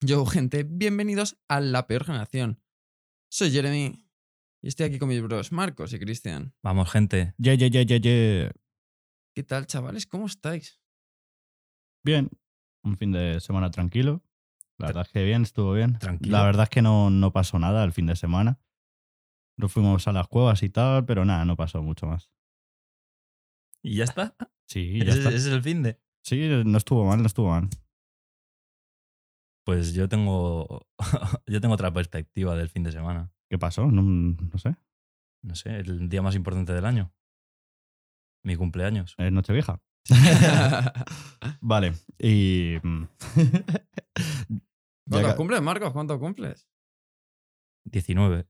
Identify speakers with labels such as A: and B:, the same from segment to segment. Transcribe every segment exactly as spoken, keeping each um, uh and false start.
A: Yo, gente, bienvenidos a La Peor Generación. Soy Jeremy y estoy aquí con mis bros Marcos y Cristian.
B: Vamos, gente.
C: Ye, ye, ye, ye, ye.
A: ¿Qué tal, chavales? ¿Cómo estáis?
C: Bien, un fin de semana tranquilo. La verdad es que bien, estuvo bien.
B: Tranquilo.
C: La verdad es que no, no pasó nada el fin de semana. Nos fuimos a las cuevas y tal, pero nada, no pasó mucho más.
B: ¿Y ya está?
C: Sí, ya
B: ese,
C: está.
B: ese es el fin de.
C: Sí, no estuvo mal, no estuvo mal.
B: Pues yo tengo. yo tengo otra perspectiva del fin de semana.
C: ¿Qué pasó? No, no sé.
B: No sé, el día más importante del año. Mi cumpleaños.
C: ¿Es Nochevieja? Vale, y... mm,
A: ¿Cuánto
C: ya,
A: cumples, Marcos? ¿Cuánto cumples?
B: diecinueve.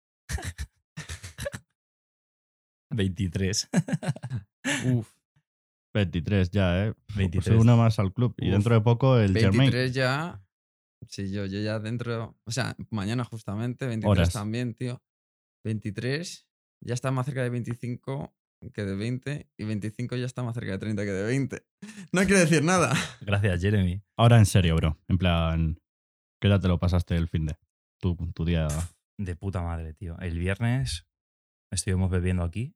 B: veintitrés.
A: Uf,
C: veintitrés ya, ¿eh?
B: veintitrés.
C: Pues uno más al club. Y
A: Uf.
C: dentro de poco el Germain.
A: veintitrés ya. Sí, yo, yo ya dentro. O sea, mañana justamente, veintitrés
C: Horas.
A: también, tío. veintitrés ya está más cerca de veinticinco que de veinte. Y veinticinco ya está más cerca de treinta que de veinte. No quiere decir nada.
B: Gracias, Jeremy.
C: Ahora en serio, bro. En plan, ¿qué tal te lo pasaste el fin de? Tu, tu día...
B: De puta madre, tío. El viernes estuvimos bebiendo aquí.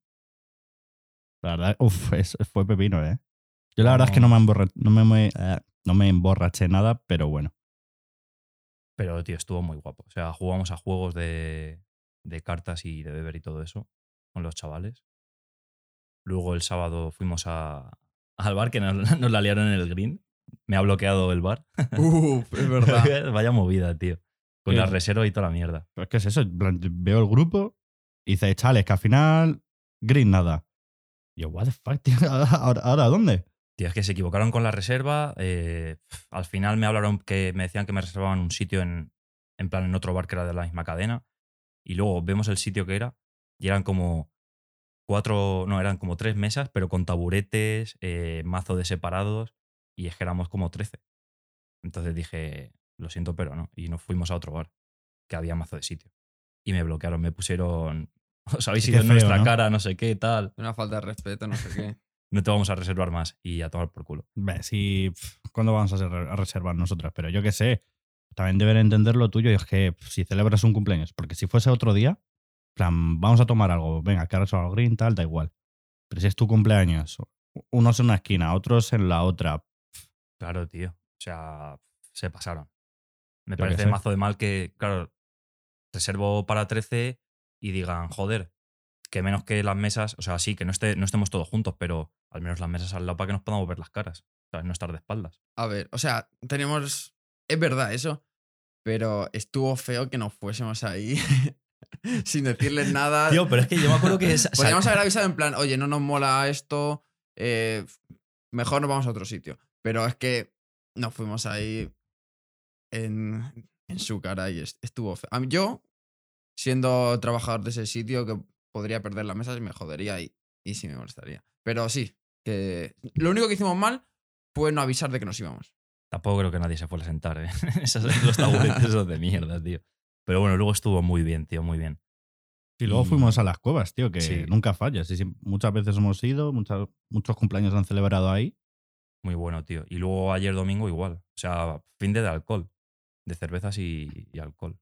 C: La verdad, uff, fue pepino, ¿eh? Yo la verdad es que no me, emborra- no, me, me- eh, no me emborraché nada, pero bueno.
B: Pero, tío, estuvo muy guapo. O sea, jugamos a juegos de, de cartas y de beber y todo eso con los chavales. Luego el sábado fuimos a, al bar, que nos, nos la liaron en el green. Me ha bloqueado el bar.
A: Uf, es verdad.
B: Vaya movida, tío. Con
C: ¿Qué?
B: la reserva y toda la mierda.
C: Pero es que es eso, en plan, veo el grupo y dice, chales, que al final, green nada. Y yo, what the fuck, tío, ¿ahora, ahora dónde?
B: Tío, es que se equivocaron con la reserva. eh, al final me hablaron que me decían que me reservaban un sitio en, en plan en otro bar que era de la misma cadena. Y luego vemos el sitio que era y eran como cuatro, no, eran como tres mesas, pero con taburetes, eh, mazo de separados, y es que éramos como trece. Entonces dije, lo siento, pero no. Y nos fuimos a otro bar, que había mazo de sitio. Y me bloquearon, me pusieron, os habéis
C: Qué
B: ido en
C: feo,
B: nuestra
C: ¿no?
B: cara, no sé qué, tal.
A: Una falta de respeto, no sé qué.
B: No te vamos a reservar más. Y a tomar por culo.
C: Ve, si, pf, ¿cuándo vamos a, hacer- a reservar nosotras? Pero yo qué sé, también deben entender lo tuyo y es que pf, si celebras un cumpleaños, porque si fuese otro día, en plan, vamos a tomar algo, venga, que ahora solo green, tal, da igual. Pero si es tu cumpleaños, unos en una esquina, otros en la otra,
B: Claro, tío. O sea, se pasaron. Me
C: Yo qué
B: parece
C: sé.
B: mazo de mal que, claro, reservo para trece y digan, joder, que menos que las mesas, o sea, sí, que no, esté, no estemos todos juntos, pero al menos las mesas al lado para que nos podamos ver las caras. ¿Sabes? No estar de espaldas.
A: A ver, o sea, tenemos. Es verdad eso, pero estuvo feo que no fuésemos ahí sin decirles nada.
B: Tío, pero es que yo me acuerdo que... es-
A: Podríamos haber avisado en plan, oye, no nos mola esto, eh, mejor nos vamos a otro sitio. Pero es que nos fuimos ahí en, en su cara y est- estuvo feo. A mí, yo, siendo trabajador de ese sitio, que podría perder las mesas, me jodería y, y sí me molestaría. Pero sí, que lo único que hicimos mal fue no avisar de que nos íbamos.
B: Tampoco creo que nadie se fuera a sentar, ¿eh? Esos los taburetes esos de mierda, tío. Pero bueno, luego estuvo muy bien, tío, muy bien.
C: y luego
B: Y-
C: fuimos a las cuevas, tío, que
B: Sí.
C: nunca fallas. Y sí, muchas veces hemos ido, muchas, muchos cumpleaños han celebrado ahí.
B: Muy bueno, tío. Y luego ayer domingo igual. O sea, fin de, de alcohol. De cervezas y, y alcohol.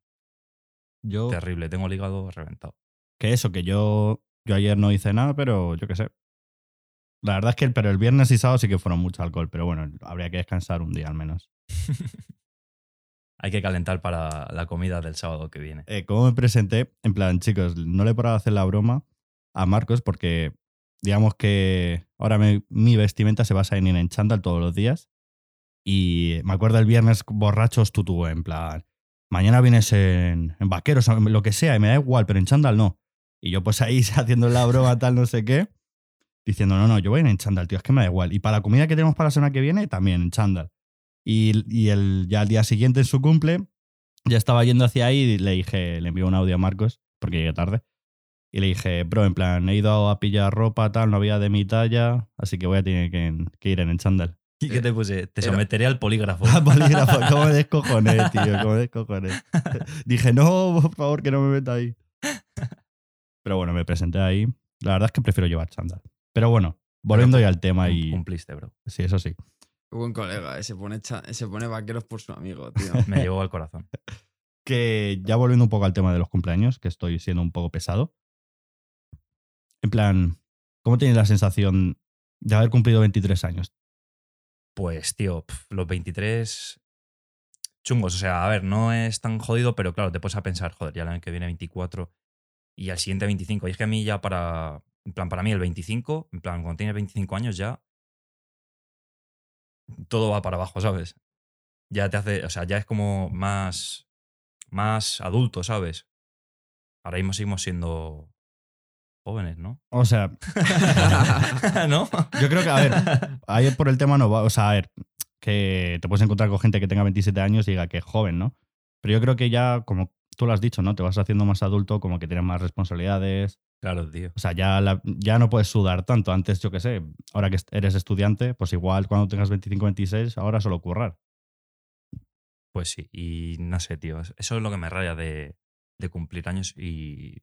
C: Yo,
B: Terrible, tengo el hígado reventado.
C: que eso, que yo, yo ayer no hice nada, pero yo qué sé. La verdad es que el, pero el viernes y sábado sí que fueron mucho alcohol, pero bueno, habría que descansar un día al menos.
B: Hay que calentar para la comida del sábado que viene.
C: Eh, ¿Cómo me presenté? En plan, chicos, no le he parado a hacer la broma a Marcos porque digamos que ahora me- mi vestimenta se basa en ir en chándal todos los días. Y me acuerdo el viernes borrachos tutú, en plan, mañana vienes en, en vaqueros, lo que sea, y me da igual, pero en chándal no. Y yo pues ahí haciendo la broma tal, no sé qué, diciendo, no, no, yo voy a ir en chándal, tío, es que me da igual. Y para la comida que tenemos para la semana que viene, también en chándal. Y, y el, ya al día siguiente, en su cumple, ya estaba yendo hacia ahí y le dije, le envié un audio a Marcos, porque llegué tarde. Y le dije, bro, en plan, he ido a pillar ropa, tal, no había de mi talla, así que voy a tener que, que ir en el chándal.
B: ¿Y qué te puse? Te
A: Pero-
B: someteré al polígrafo.
C: Ah, bolígrafo, ¿cómo me descojoné, tío? ¿Cómo me descojoné? Dije, no, por favor, que no me meta ahí. Pero bueno, me presenté ahí. La verdad es que prefiero llevar chándal. Pero bueno, volviendo
B: Pero
C: ya al tema
B: cum-
C: y...
B: Cumpliste, bro.
C: Sí, eso sí.
A: Qué buen colega, eh, se pone, cha- se pone vaqueros por su amigo, tío.
B: Me llegó al corazón.
C: Que ya volviendo un poco al tema de los cumpleaños, que estoy siendo un poco pesado. En plan, ¿cómo tienes la sensación de haber cumplido veintitrés años?
B: Pues, tío, pf, los veintitrés chungos. O sea, a ver, no es tan jodido, pero claro, te puedes a pensar, joder, ya el año que viene veinticuatro y al siguiente veinticinco. Y es que a mí ya para, en plan, para mí el veinticinco, en plan, cuando tienes veinticinco años ya todo va para abajo, ¿sabes? Ya te hace, o sea, ya es como más, más adulto, ¿sabes? Ahora mismo seguimos siendo jóvenes, ¿no?
C: O sea,
B: ¿No?
C: yo creo que, a ver, ahí por el tema no va. O sea, a ver, que te puedes encontrar con gente que tenga veintisiete años y diga que es joven, ¿no? Pero yo creo que ya, como tú lo has dicho, ¿no? Te vas haciendo más adulto, como que tienes más responsabilidades.
B: Claro, tío.
C: O sea, ya, la- ya no puedes sudar tanto. Antes, yo qué sé, ahora que eres estudiante, pues igual cuando tengas veinticinco, veintiséis, ahora solo currar.
B: Pues sí, y no sé, tío. Eso es lo que me raya de, de cumplir años y.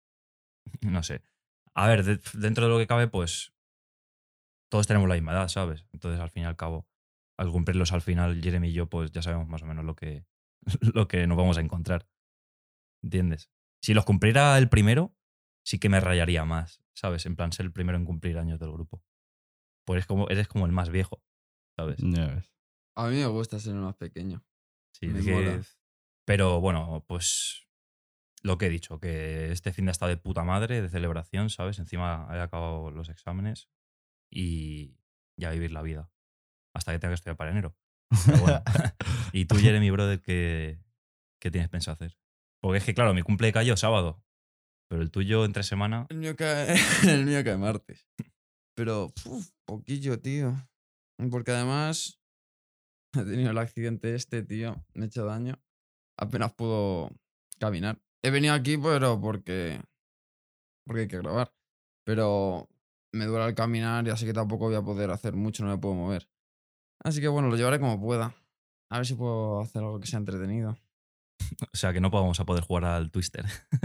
B: No sé. A ver, de- dentro de lo que cabe, pues. Todos tenemos la misma edad, ¿sabes? Entonces, al fin y al cabo, al cumplirlos al final, Jeremy y yo, pues ya sabemos más o menos lo que, lo que nos vamos a encontrar. ¿Entiendes? Si los cumpliera el primero, sí que me rayaría más, ¿sabes? En plan, ser el primero en cumplir años del grupo. Pues eres como, eres como el más viejo, ¿sabes?
C: Ya ves.
A: A mí me gusta ser el más pequeño.
B: Sí,
A: Me
B: es que-
A: mola.
B: Pero bueno, pues lo que he dicho, que este fin de estado de puta madre, de celebración, ¿sabes? Encima he acabado los exámenes y ya vivir la vida. Hasta que tenga que estudiar para enero. Pero bueno. ¿Y tú, Jeremy, brother, qué, qué tienes pensado hacer? Porque es que, claro, mi cumple cayó sábado, pero el tuyo entre semana.
A: El mío cae, el mío cae martes. Pero, uf, poquillo, tío. Porque además he tenido el accidente este, tío. Me he hecho daño. Apenas puedo caminar. He venido aquí, pero porque, porque hay que grabar. Pero me duele al caminar y así que tampoco voy a poder hacer mucho, no me puedo mover. Así que bueno, lo llevaré como pueda. A ver si puedo hacer algo que sea entretenido.
B: O sea, que no vamos a poder jugar al Twister.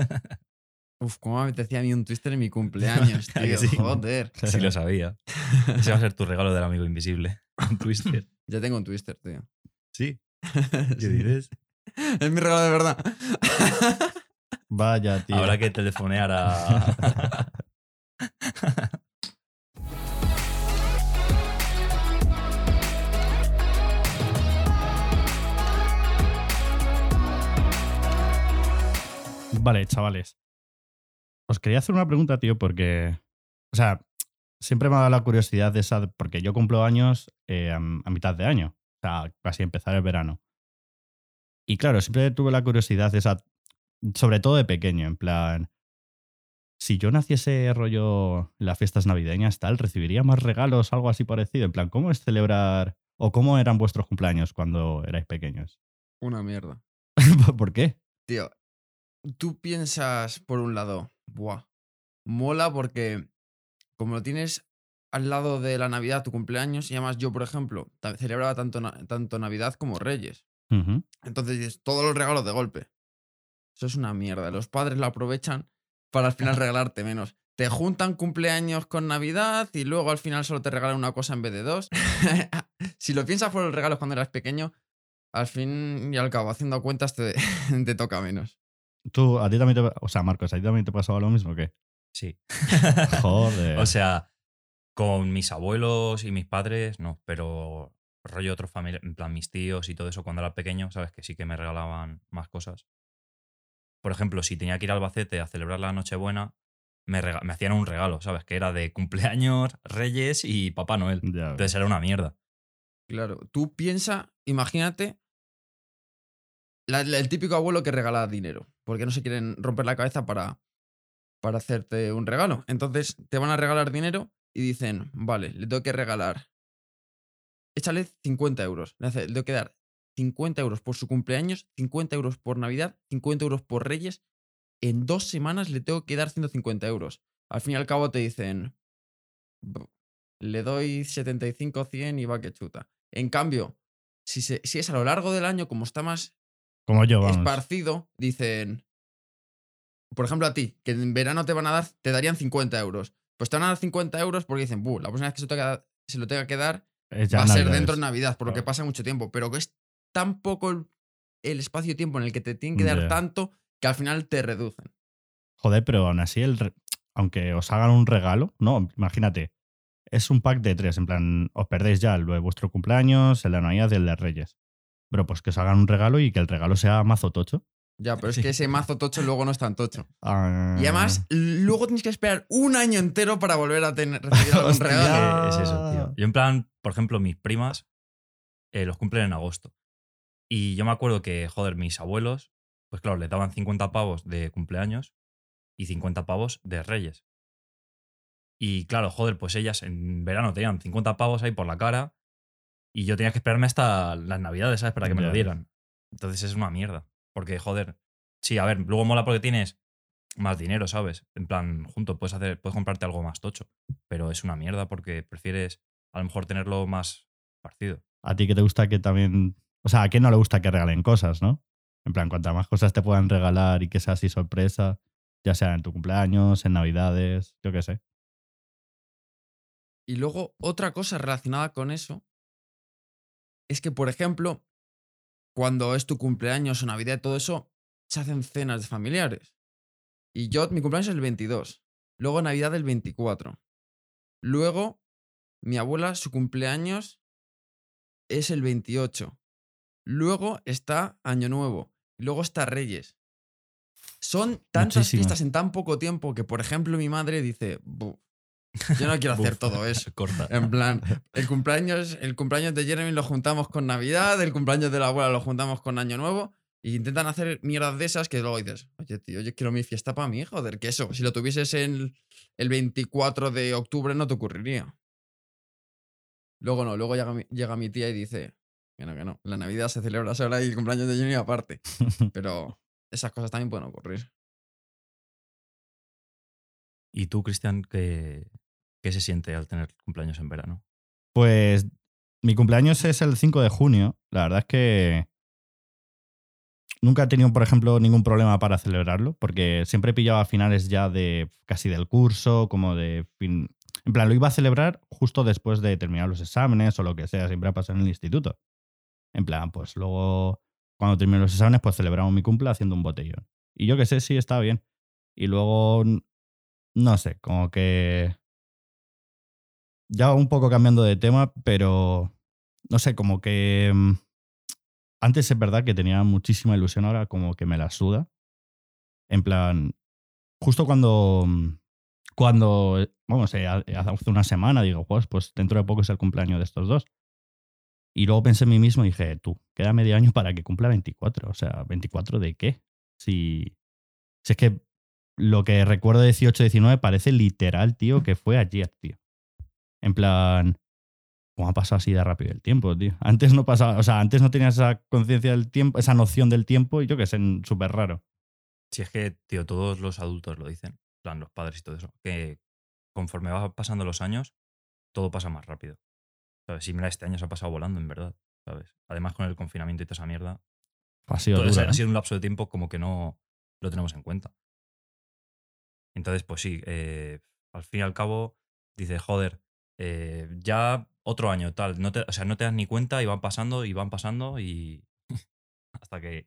A: Uf, cómo me apetecía a mí un twister en mi cumpleaños,
B: ¿A que
A: tío.
B: sí?
A: Joder.
B: Sí lo sabía. Ese va a ser tu regalo del amigo invisible. Un Twister.
A: Ya tengo un twister, tío.
B: Sí. ¿Qué
A: Sí.
B: dices?
A: Es mi regalo de verdad.
C: Vaya, tío.
B: Habrá que telefonear a.
C: Vale, chavales. Os quería hacer una pregunta, tío, porque. O sea, siempre me ha dado la curiosidad de esa. Porque yo cumplo años eh, a, a mitad de año. O sea, casi empezar el verano. Y claro, siempre tuve la curiosidad de esa. Sobre todo de pequeño, en plan. Si yo naciese rollo en las fiestas navideñas, tal, ¿recibiría más regalos, algo así parecido? En plan, ¿cómo es celebrar. O cómo eran vuestros cumpleaños cuando erais pequeños?
A: Una mierda.
C: ¿Por qué?
A: Tío, tú piensas, por un lado, buah, mola porque como lo tienes al lado de la Navidad, tu cumpleaños, y además yo, por ejemplo, ta- celebraba tanto, na- tanto Navidad como Reyes.
C: Ujú.
A: Entonces dices, todos los regalos de golpe. Eso es una mierda. Los padres lo aprovechan para al final regalarte menos. Te juntan cumpleaños con Navidad y luego al final solo te regalan una cosa en vez de dos. Si lo piensas por los regalos cuando eras pequeño, al fin y al cabo, haciendo cuentas, te, te toca menos.
C: Tú, a ti también te. O sea, Marcos, ¿a ti también te pasaba lo mismo o qué?
B: Sí.
C: Joder.
B: O sea, con mis abuelos y mis padres, no, pero rollo otros familiares, en plan mis tíos y todo eso cuando era pequeño, sabes que sí que me regalaban más cosas. Por ejemplo, si tenía que ir a Albacete a celebrar la Nochebuena, me, rega- me hacían un regalo, ¿sabes? Que era de cumpleaños, Reyes y Papá Noel.
C: Ya ves.
B: Entonces era una mierda.
A: Claro, tú piensa, imagínate la- la- el típico abuelo que regala dinero, porque no se quieren romper la cabeza para, para hacerte un regalo. Entonces te van a regalar dinero y dicen, vale, le tengo que regalar, échale cincuenta euros. Le, hace- le tengo que dar cincuenta euros por su cumpleaños, cincuenta euros por Navidad, cincuenta euros por Reyes. En dos semanas le tengo que dar ciento cincuenta euros. Al fin y al cabo te dicen, "B- le doy setenta y cinco, cien y va que chuta". En cambio, si, se- si es a lo largo del año, como está más
C: Como yo, vamos.
A: esparcido, dicen, por ejemplo, a ti, que en verano te van a dar, te darían cincuenta euros. Pues te van a dar cincuenta euros porque dicen, buh, la próxima vez que se, lo tenga- se lo tenga que dar,
C: Es ya
A: va a ser
C: Navidades.
A: dentro de Navidad, por lo que
C: Claro.
A: pasa mucho tiempo. Pero que es tan poco el, el espacio-tiempo en el que te tienen que dar
C: Ya.
A: tanto que al final te reducen.
C: Joder, pero aún así, el re- aunque os hagan un regalo, no, imagínate, es un pack de tres, en plan, os perdéis ya lo de vuestro cumpleaños, el de Navidad y el de Reyes. Pero pues que os hagan un regalo y que el regalo sea mazo tocho.
A: Ya, pero es
B: Sí.
A: que ese mazo tocho luego no es tan tocho.
C: Ah,
A: Y además, luego tienes que esperar un año entero para volver a tener, recibir algún
C: Hostia.
A: regalo.
B: Eh, es eso, tío. Yo en plan, por ejemplo, mis primas eh, los cumplen en agosto. Y yo me acuerdo que, joder, mis abuelos, pues claro, les daban cincuenta pavos de cumpleaños y cincuenta pavos de Reyes. Y claro, joder, pues ellas en verano tenían cincuenta pavos ahí por la cara y yo tenía que esperarme hasta las Navidades, ¿sabes? Para que me lo
C: Ya.
B: dieran. Entonces es una mierda. Porque, joder, sí, a ver, luego mola porque tienes más dinero, ¿sabes? En plan, junto puedes hacer, puedes comprarte algo más tocho. Pero es una mierda porque prefieres a lo mejor tenerlo más partido.
C: A ti que te gusta que también. O sea, a quién no le gusta que regalen cosas, ¿no? En plan, cuantas más cosas te puedan regalar y que sea así sorpresa, ya sea en tu cumpleaños, en Navidades, yo qué sé.
A: Y luego, otra cosa relacionada con eso es que, por ejemplo, cuando es tu cumpleaños o Navidad, todo eso, se hacen cenas de familiares. Y yo, mi cumpleaños es el veintidós. Luego Navidad el veinticuatro. Luego, mi abuela, su cumpleaños es el veintiocho. Luego está Año Nuevo. Y luego está Reyes. Son tantas
C: Muchísimas.
A: fiestas en tan poco tiempo que, por ejemplo, mi madre dice, "Buf, yo no quiero hacer
B: Buf,
A: todo eso".
B: Corta.
A: En plan, el cumpleaños, el cumpleaños de Jeremy lo juntamos con Navidad, el cumpleaños de la abuela lo juntamos con Año Nuevo. Y intentan hacer mierdas de esas que luego dices, oye, tío, yo quiero mi fiesta para mí, joder, que eso, si lo tuvieses en el veinticuatro de octubre no te ocurriría. Luego no, luego llega mi, llega mi tía y dice, que no, que no, la Navidad se celebra sola y el cumpleaños de Jenny aparte. Pero esas cosas también pueden ocurrir.
B: ¿Y tú, Cristian, qué, qué se siente al tener cumpleaños en verano?
C: Pues mi cumpleaños es el cinco de junio. La verdad es que nunca he tenido, por ejemplo, ningún problema para celebrarlo, porque siempre he pillado a finales ya de casi del curso, como de fin. En plan, lo iba a celebrar justo después de terminar los exámenes o lo que sea, siempre ha pasado en el instituto. En plan, pues luego, cuando terminé los exámenes, pues celebramos mi cumple haciendo un botellón. Y yo qué sé, sí, estaba bien. Y luego, no sé, como que ya un poco cambiando de tema, pero no sé, como que mm, antes es verdad que tenía muchísima ilusión, ahora como que me la suda. En plan, justo cuando, mm, cuando eh, vamos, eh, hace una semana digo, pues, pues dentro de poco es el cumpleaños de estos dos. Y luego pensé en mí mismo y dije, tú, queda medio año para que cumpla veinticuatro. O sea, ¿veinticuatro de qué? Si, si es que lo que recuerdo de dieciocho diecinueve parece literal, tío, que fue ayer, tío. En plan, ¿cómo ha pasado así de rápido el tiempo, tío? Antes no pasaba, o sea, antes no tenías esa conciencia del tiempo, esa noción del tiempo y yo qué sé, súper raro.
B: Si es que, tío, todos los adultos lo dicen, en plan, los padres y todo eso, que conforme va pasando los años, todo pasa más rápido. ¿Sabes? Y mira, este año se ha pasado volando, en verdad, ¿sabes? Además, con el confinamiento y toda esa mierda,
C: Ha sido
B: todo
C: duro,
B: ese- ha
C: ¿eh?
B: sido un lapso de tiempo como que no lo tenemos en cuenta. Entonces, pues sí, eh, al fin y al cabo, dices, joder, eh, ya otro año, tal. No te, o sea, no te das ni cuenta y van pasando y van pasando y hasta que...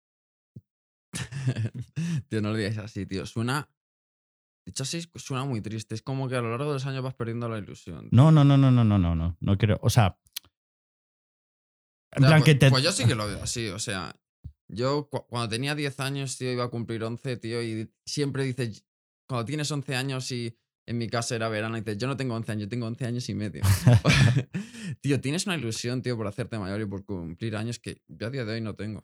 A: Tío, no lo digáis así, tío. Suena. Dicho así, suena muy triste. Es como que a lo largo de los años vas perdiendo la ilusión. tío.
C: No, no, no, no, no, no, no, no. No quiero. O sea. En
A: O sea,
C: plan
A: pues,
C: que te.
A: pues yo sí que lo veo así, o sea. Yo cu- cuando tenía diez años, tío, iba a cumplir once, tío, y siempre dices, cuando tienes once años y en mi casa era verano, y dices, yo no tengo once años, yo tengo once años y medio. Tío, tienes una ilusión, tío, por hacerte mayor y por cumplir años que yo a día de hoy no tengo.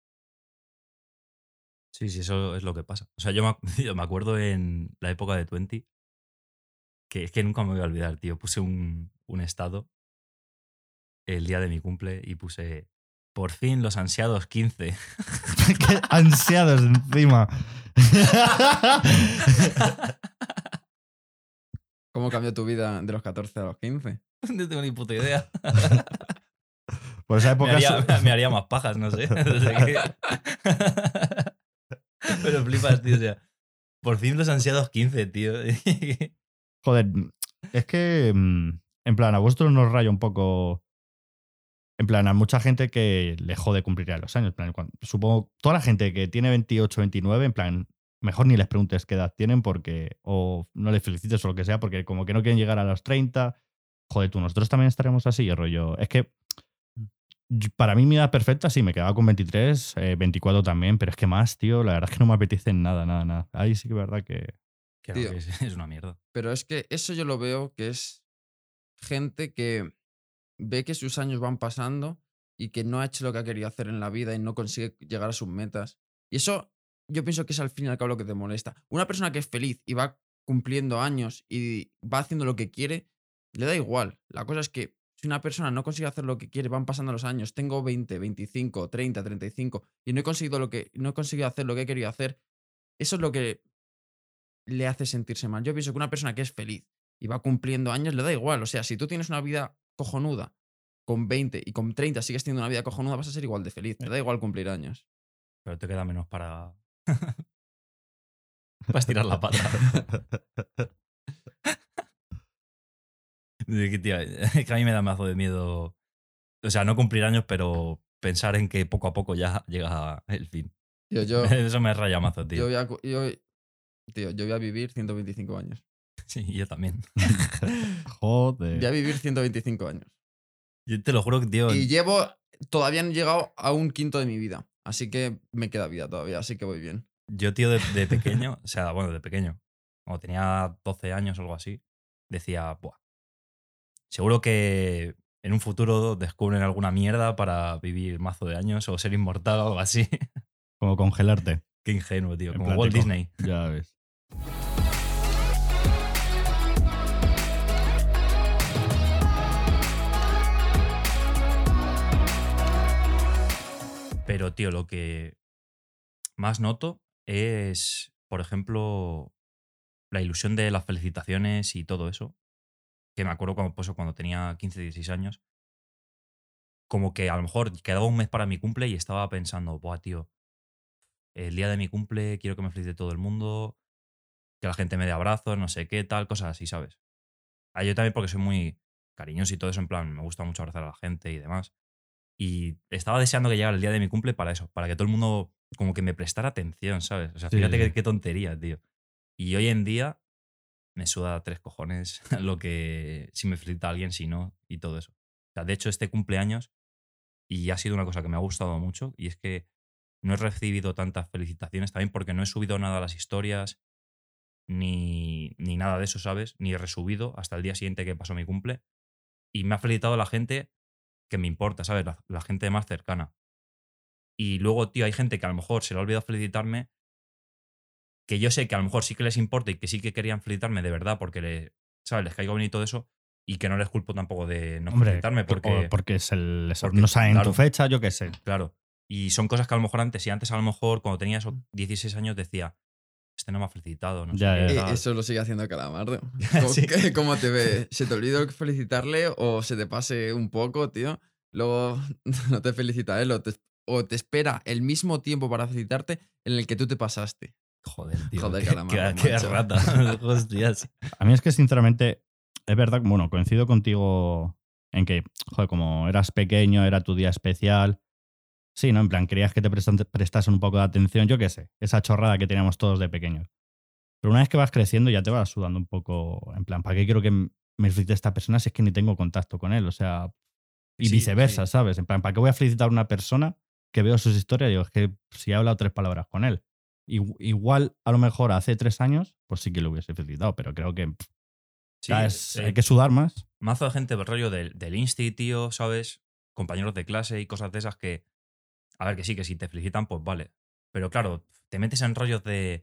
B: Sí, sí, eso es lo que pasa. O sea, yo me, ac- yo me acuerdo en la época de veinte, que es que nunca me voy a olvidar, tío. Puse un, un estado el día de mi cumple y puse, por fin los ansiados quince.
C: Qué ansiados encima.
A: ¿Cómo cambió tu vida de los catorce a los quince?
B: No tengo ni puta idea.
C: Por esa
B: Me
C: época.
B: haría,
C: su-
B: me haría más pajas, no sé. No sé qué. Pero flipas, tío. O sea, por fin los ansiados quince, tío.
C: Joder, es que. mm, en plan, a vosotros nos raya un poco. En plan, a mucha gente que le jode cumplir ya los años. En plan, cuando, supongo, toda la gente que tiene veintiocho, veintinueve, en plan, mejor ni les preguntes qué edad tienen porque, o no les felicites o lo que sea, porque como que no quieren llegar a los treinta. Joder, tú, nosotros también estaremos así, rollo. Es que para mí mi edad perfecta sí, me quedaba con veintitrés, eh, veinticuatro también, pero es que más, tío, la verdad es que no me apetece nada, nada, nada. Ahí sí que es verdad que...
B: Que no,
A: Tío.
B: que es, es una mierda.
A: Pero es que eso yo lo veo que es gente que ve que sus años van pasando y que no ha hecho lo que ha querido hacer en la vida y no consigue llegar a sus metas. Y eso yo pienso que es al fin y al cabo lo que te molesta. Una persona que es feliz y va cumpliendo años y va haciendo lo que quiere, le da igual. La cosa es que si una persona no consigue hacer lo que quiere, van pasando los años. Tengo veinte, veinticinco, treinta, treinta y cinco y no he conseguido lo que no he conseguido hacer lo que he querido hacer. Eso es lo que le hace sentirse mal. Yo pienso que una persona que es feliz y va cumpliendo años le da igual. O sea, si tú tienes una vida cojonuda con veinte y con treinta sigues teniendo una vida cojonuda, vas a ser igual de feliz. Te da igual cumplir años.
B: Pero te queda menos para... para estirar la pata. que, tío, que a mí me da mazo de miedo. O sea, no cumplir años, pero pensar en que poco a poco ya llega el fin.
A: Tío, yo,
B: Eso me raya mazo, tío.
A: yo, voy a, cu- yo, tío, yo voy a vivir ciento veinticinco años.
B: Sí, yo también.
C: Joder.
A: Voy a vivir ciento veinticinco años.
B: Yo te lo juro que, tío.
A: Y llevo, todavía no he llegado a un quinto de mi vida. Así que me queda vida todavía, así que voy bien.
B: Yo, tío, de, de pequeño, o sea, bueno, de pequeño, cuando tenía doce años o algo así, decía, buah, seguro que en un futuro descubren alguna mierda para vivir mazo de años o ser inmortal o algo así.
C: Como congelarte.
B: Qué ingenuo, tío.
C: En
B: Como
C: plan,
B: Walt
C: te co-
B: Disney.
C: Ya ves.
B: Pero, tío, lo que más noto es, por ejemplo, la ilusión de las felicitaciones y todo eso. Que me acuerdo cuando, pues, cuando tenía quince, dieciséis años. Como que a lo mejor quedaba un mes para mi cumple y estaba pensando, buah, tío, el día de mi cumple quiero que me felicite todo el mundo, que la gente me dé abrazos, no sé qué, tal, cosas así, ¿sabes? Ah, yo también porque soy muy cariñoso y todo eso, en plan, me gusta mucho abrazar a la gente y demás. Y estaba deseando que llegara el día de mi cumple para eso, para que todo el mundo como que me prestara atención, ¿sabes? O sea,
C: Sí,
B: fíjate
C: sí.
B: qué, qué tontería, tío. Y hoy en día me suda tres cojones lo que si me felicita alguien, si no, y todo eso. O sea, de hecho, este cumpleaños, y ha sido una cosa que me ha gustado mucho, y es que no he recibido tantas felicitaciones también porque no he subido nada a las historias, ni, ni nada de eso, ¿sabes? Ni he resubido hasta el día siguiente que pasó mi cumple. Y me ha felicitado la gente que me importa, ¿sabes? La, la gente más cercana. Y luego, tío, hay gente que a lo mejor se le ha olvidado felicitarme, que yo sé que a lo mejor sí que les importa y que sí que querían felicitarme de verdad porque le, ¿sabes? Les caigo bien y todo eso. Y que no les culpo tampoco de no
C: Hombre,
B: felicitarme porque,
C: o porque, se les-
B: porque,
C: no saben
B: claro.
C: tu fecha, yo qué sé.
B: claro. Y son cosas que a lo mejor antes, y antes a lo mejor cuando tenía esos dieciséis años decía, este no me ha felicitado, no
C: Ya,
B: sé qué,
C: ya.
A: Eh,
B: tal.
A: eso lo sigue haciendo Calamardo. ¿Cómo,
B: Sí.
A: qué- cómo te ve? ¿Se te olvidó felicitarle o se te pase un poco, tío? Luego no te felicita él o te, o te espera el mismo tiempo para felicitarte en el que tú te pasaste.
B: Joder, tío.
A: Joder,
B: qué,
A: Calamardo,
B: qué- qué
A: macho.
B: rata. Hostias.
C: A mí es que, sinceramente, es verdad, bueno, coincido contigo en que, joder, como eras pequeño, era tu día especial. Sí, ¿no? En plan, querías que te prestan- prestasen un poco de atención, yo qué sé, esa chorrada que teníamos todos de pequeños. Pero una vez que vas creciendo ya te vas sudando un poco, en plan, ¿para qué quiero que m- me felicite esta persona si es que ni tengo contacto con él? O sea, y
B: Sí,
C: viceversa,
B: sí.
C: ¿sabes? En plan, ¿para qué voy a felicitar a una persona que veo sus historias y digo, es que si he hablado tres palabras con él? Igu- Igual, a lo mejor hace tres años, pues sí que lo hubiese felicitado, pero creo que pff,
B: Sí,
C: ya es-
B: eh,
C: hay que sudar más.
B: mazo de gente del rollo del, del Insti, tío, ¿sabes? Compañeros de clase y cosas de esas que, a ver, que sí, que si te felicitan, pues vale. Pero claro, te metes en rollos de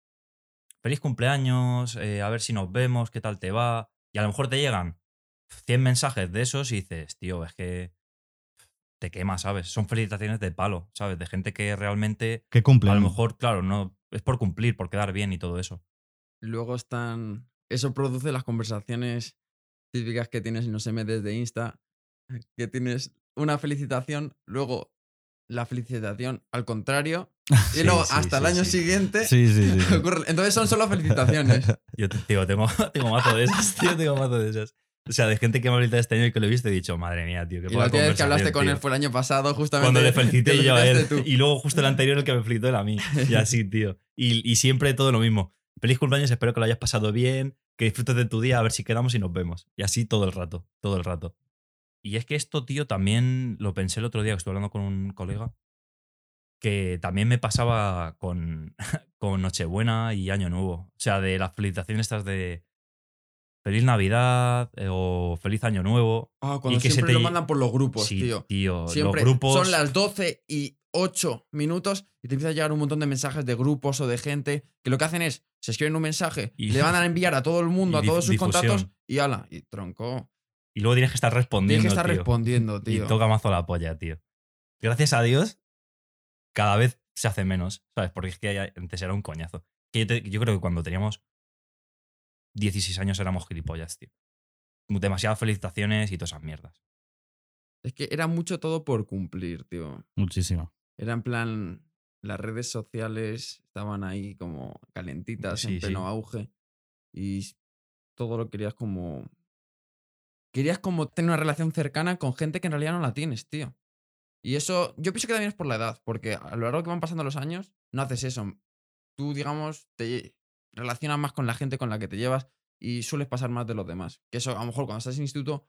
B: feliz cumpleaños, eh, a ver si nos vemos, qué tal te va. Y a lo mejor te llegan cien mensajes de esos y dices, tío, es que te quema, ¿sabes? Son felicitaciones de palo, ¿sabes? De gente que realmente,
C: Que cumplen.
B: a lo mejor, claro, no es por cumplir, por quedar bien y todo eso.
A: Luego están. Eso produce las conversaciones típicas que tienes en los M Ds de Insta. Que tienes una felicitación, luego la felicitación al contrario. Y
B: Sí,
A: luego
B: sí,
A: hasta el
B: sí,
A: año
B: sí.
A: siguiente.
C: Sí, sí, sí. sí.
A: ocurre- Entonces son solo felicitaciones.
B: Yo, te- tío, tengo, tengo mazo de esas, tío, tengo mazo de esas. O sea, de gente que me ha felicitado este año y que lo he visto, he dicho, madre mía, tío, qué
A: Y
B: poca
A: la última vez que hablaste
B: conversación,
A: con
B: tío.
A: él fue el año pasado, justamente.
B: Cuando le felicité
A: te
B: yo a él.
A: felicitaste tú.
B: Y luego justo el anterior el que me felicitó él a mí. Y así, tío. Y, y siempre todo lo mismo. Feliz cumpleaños, espero que lo hayas pasado bien, que disfrutes de tu día, a ver si quedamos y nos vemos. Y así todo el rato, todo el rato. Y es que esto, tío, también lo pensé el otro día que estuve hablando con un colega, que también me pasaba con, con Nochebuena y Año Nuevo. O sea, de las felicitaciones estas de Feliz Navidad eh, o Feliz Año Nuevo.
A: Ah, cuando
B: y que
A: siempre
B: se te...
A: lo mandan por los grupos,
B: sí,
A: tío.
B: tío.
A: Siempre
B: los grupos...
A: son las doce y ocho minutos y te empieza a llegar un montón de mensajes de grupos o de gente que lo que hacen es, se escriben un mensaje,
B: Y-
A: le van a enviar a todo el mundo,
B: y
A: a todos sus
B: difusión.
A: contactos y ala, y tronco.
B: Y luego tienes que estar respondiendo,
A: Tienes que estar
B: tío.
A: respondiendo, tío.
B: Y toca mazo la polla, tío. Gracias a Dios, cada vez se hace menos, ¿sabes? Porque es que antes era un coñazo. Que yo, te- yo creo que cuando teníamos dieciséis años éramos gilipollas, tío. Demasiadas felicitaciones y todas esas mierdas.
A: Es que era mucho todo por cumplir, tío.
C: Muchísimo.
A: Era en plan, las redes sociales estaban ahí como calentitas,
B: Sí,
A: en pleno
B: sí.
A: auge. Y todo lo querías como... Querías como tener una relación cercana con gente que en realidad no la tienes, tío. Y eso, yo pienso que también es por la edad, porque a lo largo que van pasando los años, no haces eso. Tú, digamos, te relacionas más con la gente con la que te llevas y sueles pasar más de los demás. Que eso, a lo mejor cuando estás en instituto,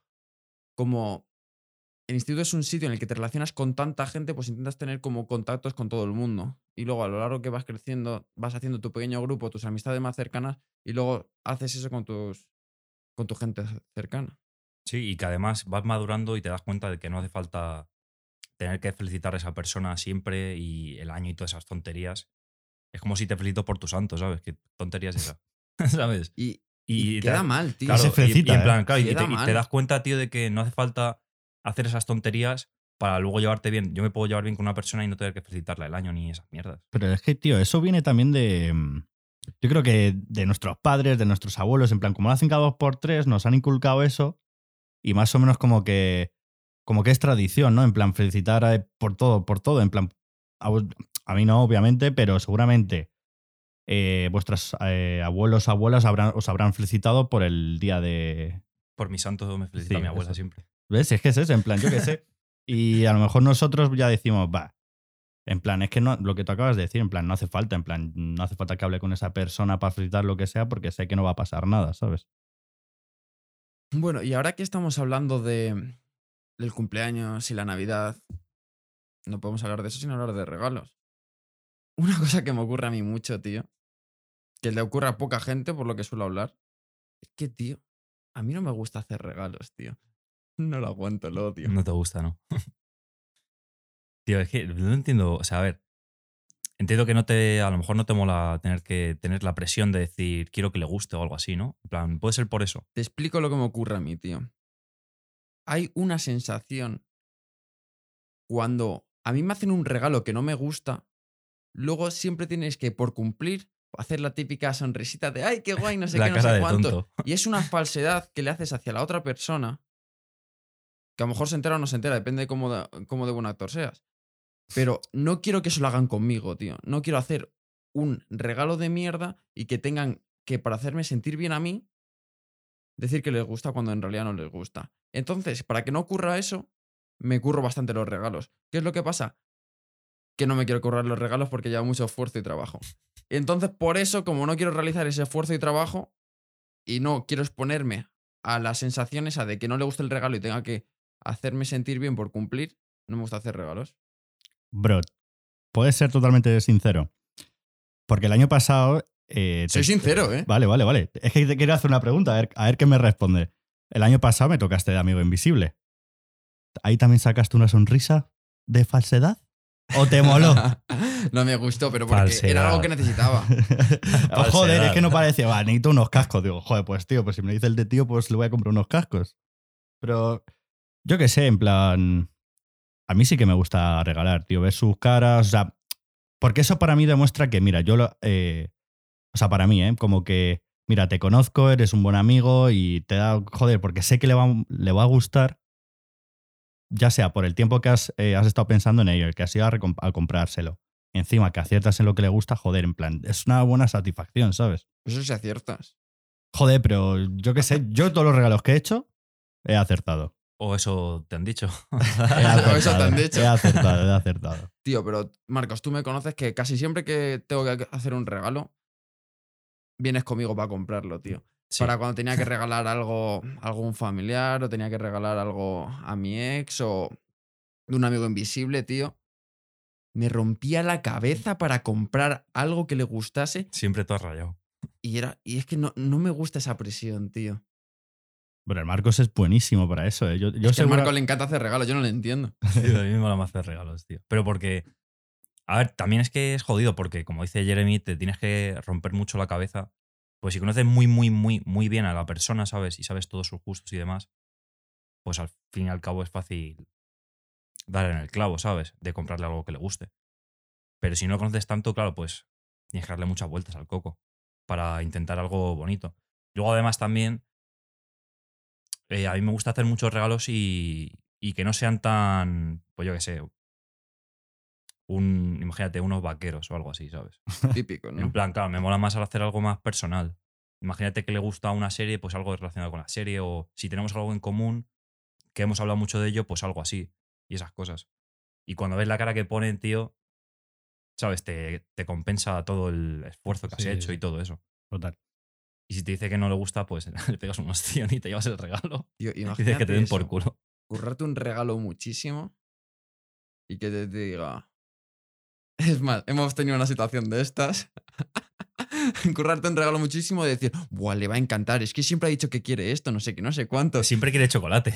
A: como el instituto es un sitio en el que te relacionas con tanta gente, pues intentas tener como contactos con todo el mundo. Y luego a lo largo que vas creciendo, vas haciendo tu pequeño grupo, tus amistades más cercanas, y luego haces eso con tus con tu gente cercana.
B: Sí, y que además vas madurando y te das cuenta de que no hace falta tener que felicitar a esa persona siempre y el año y todas esas tonterías. Es como si te felicito por tu santo, ¿sabes? ¿Qué tontería es esa? ¿Sabes?
A: Y,
B: Y
A: y
B: te
A: queda
B: das-
A: mal, tío.
B: Claro,
C: se
B: y-
C: felicita,
B: y, en
C: ¿eh?
B: plan, claro, y
A: Queda
B: te, y te
A: mal.
B: das cuenta, tío, de que no hace falta hacer esas tonterías para luego llevarte bien. Yo me puedo llevar bien con una persona y no tener que felicitarla el año ni esas mierdas.
C: Pero es que, tío, eso viene también de. mm, Yo creo que de nuestros padres, de nuestros abuelos, en plan, como lo hacen cada dos por tres, nos han inculcado eso y más o menos como que. Como que es tradición, ¿no? En plan, felicitar a- por todo, por todo. En plan, a, vos- a mí no, obviamente, pero seguramente eh, vuestros eh, abuelos, abuelas habrán, os habrán felicitado por el día de.
B: Por mi santo me felicita
C: Sí,
B: mi abuela
C: eso.
B: siempre.
C: ¿Ves? Es que es eso, en plan, yo qué sé. Y a lo mejor nosotros ya decimos, va. En plan, es que no, lo que tú acabas de decir, en plan, no hace falta, en plan, no hace falta que hable con esa persona para felicitar lo que sea, porque sé que no va a pasar nada, ¿sabes?
A: Bueno, y ahora que estamos hablando de, del cumpleaños y la Navidad, no podemos hablar de eso sin hablar de regalos. Una cosa que me ocurre a mí mucho, tío, que le ocurre a poca gente por lo que suelo hablar, es que, tío, a mí no me gusta hacer regalos, tío. No lo aguanto, lo odio.
B: No te gusta, ¿no? Tío, es que no entiendo. O sea, a ver. Entiendo que no te. A lo mejor no te mola tener que tener la presión de decir quiero que le guste o algo así, ¿no? En plan, puede ser por eso.
A: Te explico lo que me ocurre a mí, tío. Hay una sensación cuando a mí me hacen un regalo que no me gusta, luego siempre tienes que, por cumplir, hacer la típica sonrisita de ¡ay, qué guay! No sé
B: La
A: qué, no
B: cara
A: sé
B: de
A: cuánto.
B: tonto.
A: Y es una falsedad que le haces hacia la otra persona, que a lo mejor se entera o no se entera, depende de cómo de, cómo de buen actor seas. Pero no quiero que eso lo hagan conmigo, tío. No quiero hacer un regalo de mierda y que tengan que, para hacerme sentir bien a mí, decir que les gusta cuando en realidad no les gusta. Entonces, para que no ocurra eso, me curro bastante los regalos. ¿Qué es lo que pasa? Que no me quiero currar los regalos porque lleva mucho esfuerzo y trabajo. Entonces, por eso, como no quiero realizar ese esfuerzo y trabajo y no quiero exponerme a la sensación esa de que no le guste el regalo y tenga que hacerme sentir bien por cumplir, no me gusta hacer regalos.
C: Bro, puedes ser totalmente sincero. Porque el año pasado. eh,
A: Soy
C: te-
A: sincero, ¿eh?
C: Vale, vale, vale. Es que te quiero hacer una pregunta, a ver, a ver qué me responde. El año pasado me tocaste de amigo invisible. ¿Ahí también sacaste una sonrisa de falsedad? ¿O te moló?
A: No me gustó, pero porque
B: Falsedad.
A: era algo que necesitaba.
C: Oh, joder,
B: Falsedad.
C: es que no parecía. Va, necesito unos cascos. Digo, joder, pues tío, pues si me dice el de tío, pues le voy a comprar unos cascos. Pero yo qué sé, en plan. A mí sí que me gusta regalar, tío, ver sus caras. O sea, porque eso para mí demuestra que, mira, yo lo. eh, o sea, para mí, ¿eh? Como que, mira, te conozco, eres un buen amigo y te da. Joder, porque sé que le va, le va a gustar. Ya sea por el tiempo que has, eh, has estado pensando en ello, el que has ido a, recom- a comprárselo. Encima que aciertas en lo que le gusta, joder, en plan, es una buena satisfacción, ¿sabes?
A: Eso sí aciertas.
C: Joder, pero yo qué sé, yo todos los regalos que he hecho He acertado.
B: O eso te han dicho.
C: He acertado.
A: Eso te han dicho.
C: He acertado, he acertado.
A: Tío, pero Marcos, tú me conoces que casi siempre que tengo que hacer un regalo, vienes conmigo para comprarlo, tío.
B: Sí.
A: Para cuando tenía que regalar algo a algún familiar o tenía que regalar algo a mi ex o de un amigo invisible, tío. Me rompía la cabeza para comprar algo que le gustase
B: Siempre tú has rayado.
A: y, era, y es que no, no me gusta esa presión, tío.
C: Pero el Marcos es buenísimo para eso, ¿eh? Yo, yo
A: Es que a
C: seguro-
A: Marco le encanta hacer regalos, yo no le entiendo.
B: Tío, a mí me mola más hacer regalos, tío. Pero porque. A ver, también es que es jodido porque, como dice Jeremy, te tienes que romper mucho la cabeza. Pues si conoces muy, muy, muy, muy bien a la persona, ¿sabes? Y sabes todos sus gustos y demás, pues al fin y al cabo es fácil dar en el clavo, ¿sabes? De comprarle algo que le guste. Pero si no lo conoces tanto, claro, pues tienes que darle muchas vueltas al coco para intentar algo bonito. Luego, además, también eh, a mí me gusta hacer muchos regalos y, y que no sean tan, pues yo qué sé, un, imagínate, unos vaqueros o algo así, ¿sabes?
A: Típico, ¿no?
B: En plan, claro, me mola más al hacer algo más personal. Imagínate que le gusta una serie, pues algo relacionado con la serie, o si tenemos algo en común, que hemos hablado mucho de ello, pues algo así. Y esas cosas. Y cuando ves la cara que ponen, tío, ¿sabes? Te, te compensa todo el esfuerzo que has
C: Sí,
B: hecho
C: sí.
B: y todo eso.
C: Total.
B: Y si te dice que no le gusta, pues le pegas un ostión y te llevas el regalo.
A: Tío,
B: Y dices
A: imagínate
B: que te den por
A: eso,
B: culo.
A: currarte un regalo muchísimo y que te, te diga... Es más, hemos tenido una situación de estas. Currarte un regalo muchísimo y decir, buah, le va a encantar, es que siempre ha dicho que quiere esto, no sé qué, no sé cuánto.
B: Siempre quiere chocolate.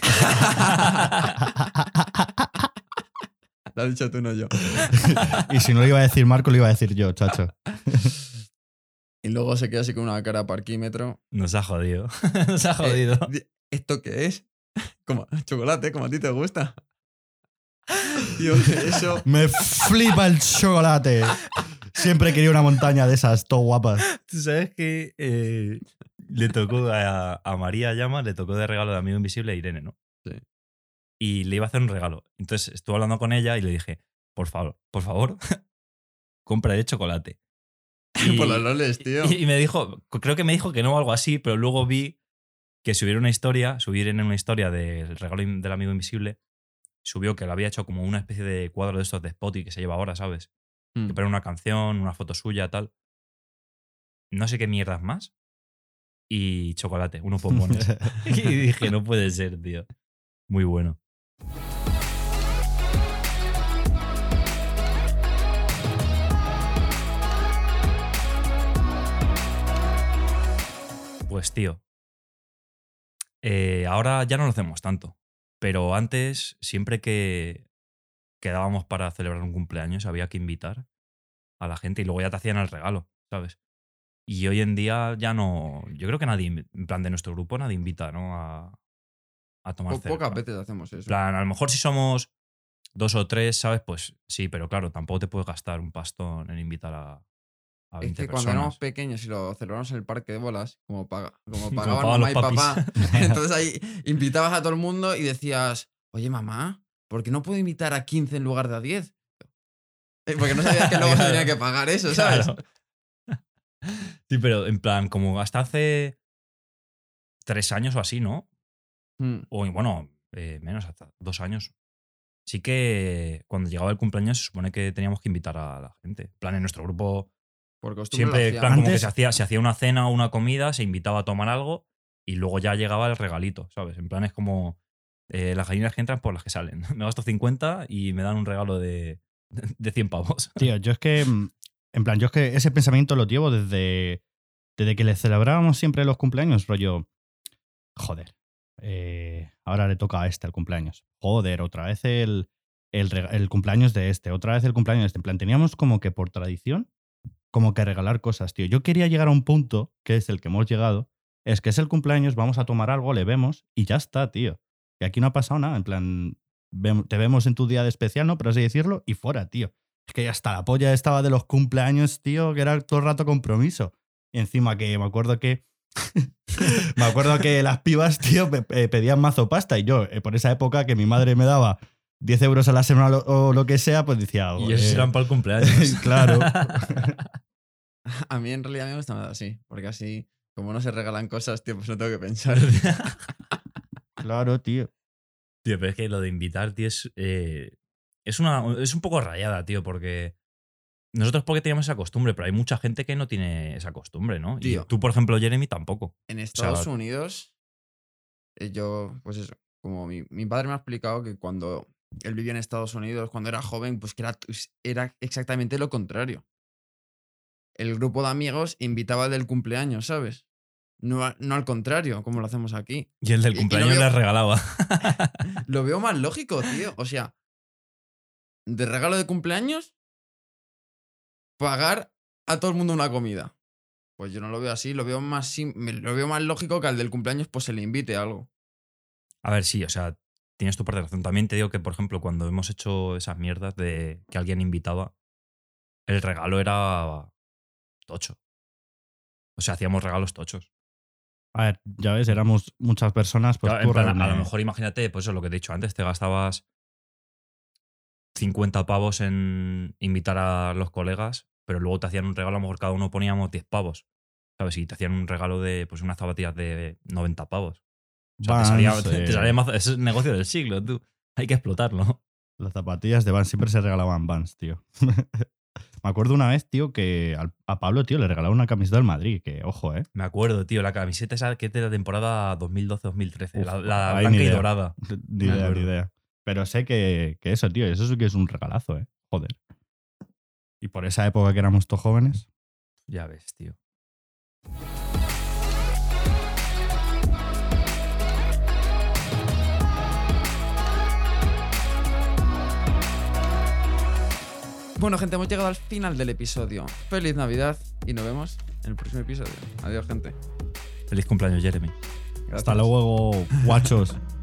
A: Lo has dicho tú, no yo.
C: Y si no lo iba a decir Marco, lo iba a decir yo, chacho.
A: Y luego se queda así con una cara parquímetro.
B: Nos ha jodido. Nos ha
A: Eh,
B: jodido.
A: di- ¿Esto qué es? Como chocolate, como a ti te gusta. Tío, eso...
C: Me flipa el chocolate. Siempre quería una montaña de esas, todo guapas.
B: Tú sabes que eh, le tocó a, a María Llama, le tocó de regalo de Amigo Invisible a Irene, ¿no?
A: Sí.
B: Y le iba a hacer un regalo. Entonces estuve hablando con ella y le dije, por favor, por favor, compra de chocolate. Y,
A: Por los loles, tío.
B: Y, y me dijo, creo que me dijo que no o algo así, pero luego vi que subieron una historia, subieron una historia del regalo in- del Amigo Invisible, subió que lo había hecho como una especie de cuadro de estos de Spotify que se lleva ahora, ¿sabes?
A: Mm.
B: Que pone una canción, una foto suya, tal. No sé qué mierdas más. Y chocolate, unos pompones. Y dije, no puede ser, tío. Muy bueno. Pues, tío. eh, ahora ya no lo hacemos tanto. Pero antes, siempre que quedábamos para celebrar un cumpleaños, había que invitar a la gente y luego ya te hacían el regalo, ¿sabes? Y hoy en día ya no. Yo creo que nadie, en plan de nuestro grupo, nadie invita, ¿no? A, a tomar
A: Po-
B: cerveza.
A: Pocas veces hacemos
B: En
A: eso.
B: plan, a lo mejor si somos dos o tres, ¿sabes? Pues sí, pero claro, tampoco te puedes gastar un pastón en invitar a, a
A: Es
B: veinte
A: que cuando
B: personas.
A: éramos pequeños y lo celebramos en el parque de bolas, como, paga, como
B: Como
A: pagaban
B: pagaban
A: mamá y
B: los papis.
A: papá, entonces ahí invitabas a todo el mundo y decías, oye mamá, ¿por qué no puedo invitar a quince en lugar de a diez? Eh, Porque no sabías que luego se tenía que pagar eso, ¿sabes?
B: Claro. Sí, pero en plan, como hasta hace tres años o así, ¿no?
A: Mm.
B: O bueno, eh, menos, hasta dos años. Sí que cuando llegaba el cumpleaños se supone que teníamos que invitar a la gente. En plan, en nuestro grupo
A: Por costumbre
B: siempre,
A: lo
B: en
A: hacíamos.
B: plan, como que
C: Antes-
B: se hacía, se hacía una cena o una comida, se invitaba a tomar algo y luego ya llegaba el regalito, ¿sabes? En plan, es como eh, las gallinas que entran por las que salen. Me gasto cincuenta y me dan un regalo de, de cien pavos.
C: Tío, yo es que, mm, en plan, yo es que ese pensamiento lo llevo desde, desde que le celebrábamos siempre los cumpleaños, rollo, joder, eh, ahora le toca a este el cumpleaños. Joder, otra vez el, el, rega- el cumpleaños de este, otra vez el cumpleaños de este. En plan, teníamos como que por tradición, como que regalar cosas, tío. Yo quería llegar a un punto, que es el que hemos llegado, es que es el cumpleaños, vamos a tomar algo, le vemos y ya está, tío. Y aquí no ha pasado nada, en plan, vem- te vemos en tu día de especial, ¿no? Por así decirlo, y fuera, tío. Es que ya hasta la polla estaba de los cumpleaños, tío, que era todo el rato compromiso. Y encima que me acuerdo que me acuerdo que las pibas, tío, pe- pe- pedían mazo pasta y yo, eh, por esa época que mi madre me daba diez euros a la semana lo- o lo que sea, pues decía...
B: Y esos
C: "Joder".
B: eran para el cumpleaños.
C: Claro.
A: A mí en realidad me gusta más así, porque así, como no se regalan cosas, tío, pues no tengo que pensar.
C: Claro, tío.
B: Tío, pero es que lo de invitar, tío, es, eh, es, una, es un poco rayada, tío, porque nosotros porque teníamos esa costumbre, pero hay mucha gente que no tiene esa costumbre, ¿no?
A: Tío.
B: Y tú, por ejemplo, Jeremy, tampoco.
A: En Estados
B: sea,
A: Unidos, eh, yo, pues eso, como mi, mi padre me ha explicado que cuando él vivía en Estados Unidos, cuando era joven, pues que era, era exactamente lo contrario. El grupo de amigos invitaba al del cumpleaños, ¿sabes? No, a- no al contrario, como lo hacemos aquí.
B: Y el del
A: Y- y lo
B: cumpleaños
A: veo-
B: les regalaba.
A: Lo veo más lógico, tío. O sea, de regalo de cumpleaños, pagar a todo el mundo una comida. Pues yo no lo veo así, lo veo más, sim- me- lo veo más lógico que al del cumpleaños pues se le invite algo.
B: A ver, sí, o sea, tienes tu parte de razón. También te digo que, por ejemplo, cuando hemos hecho esas mierdas de que alguien invitaba, el regalo era tocho. O sea, hacíamos regalos tochos.
C: A ver, ya ves, éramos muchas personas, pues
B: Claro, en plan,
C: curran,
B: a lo
C: eh,
B: mejor imagínate, pues eso, lo que te he dicho antes, te gastabas cincuenta pavos en invitar a los colegas, pero luego te hacían un regalo, a lo mejor cada uno poníamos diez pavos. ¿Sabes? Y te hacían un regalo de pues unas zapatillas de noventa pavos. O sea, te salía,
C: Vans,
B: te
C: eh,
B: salía mazo- es el negocio del siglo, tú. Hay que explotarlo.
C: las zapatillas de Vans, siempre se regalaban Vans, tío. Me acuerdo una vez, tío, que al- a Pablo, tío, le regalaron una camiseta del Madrid, que ojo, ¿eh?
B: Me acuerdo, tío, la camiseta esa que es de la temporada dos mil doce dos mil trece,
C: Uf,
B: la, la
C: ahí
B: blanca
C: ni
B: y
C: idea.
B: dorada.
C: Ni
B: Me
C: idea, ni
B: acuerdo.
C: idea. Pero sé que, que eso, tío, eso sí que es un regalazo, ¿eh? Joder. Y por esa época que éramos todos jóvenes.
B: Ya ves, tío.
A: Bueno, gente, hemos llegado al final del episodio. Feliz Navidad y nos vemos en el próximo episodio. Adiós, gente.
B: Feliz cumpleaños, Jeremy.
A: Gracias.
C: Hasta luego, guachos.